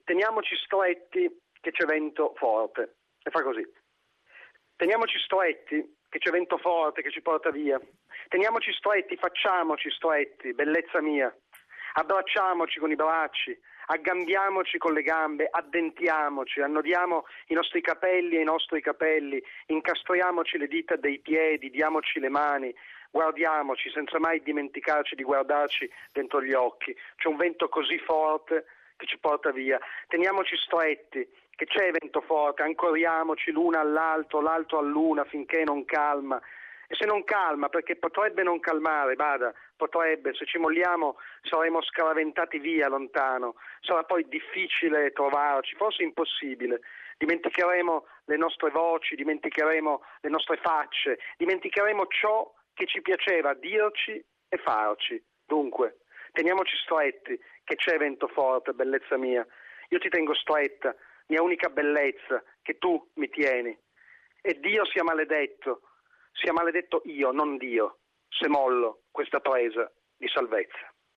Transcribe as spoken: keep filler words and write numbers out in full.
teniamoci stretti che c'è vento forte. E fa così. Teniamoci stretti che c'è vento forte che ci porta via. Teniamoci stretti, facciamoci stretti, bellezza mia. Abbracciamoci con i bracci, aggambiamoci con le gambe, addentiamoci, annodiamo i nostri capelli e i nostri capelli, incastriamoci le dita dei piedi, diamoci le mani, guardiamoci senza mai dimenticarci di guardarci dentro gli occhi. C'è un vento così forte che ci porta via. Teniamoci stretti, che c'è vento forte, ancoriamoci l'una all'altro, l'altro all'una finché non calma. E se non calma, perché potrebbe non calmare, bada, potrebbe, se ci molliamo saremo scaraventati via lontano, sarà poi difficile trovarci, forse impossibile, dimenticheremo le nostre voci, dimenticheremo le nostre facce, dimenticheremo ciò che ci piaceva dirci e farci. Dunque, teniamoci stretti, che c'è vento forte, bellezza mia, io ti tengo stretta, mia unica bellezza, che tu mi tieni, e Dio sia maledetto, sia maledetto io, non Dio, se mollo questa presa di salvezza.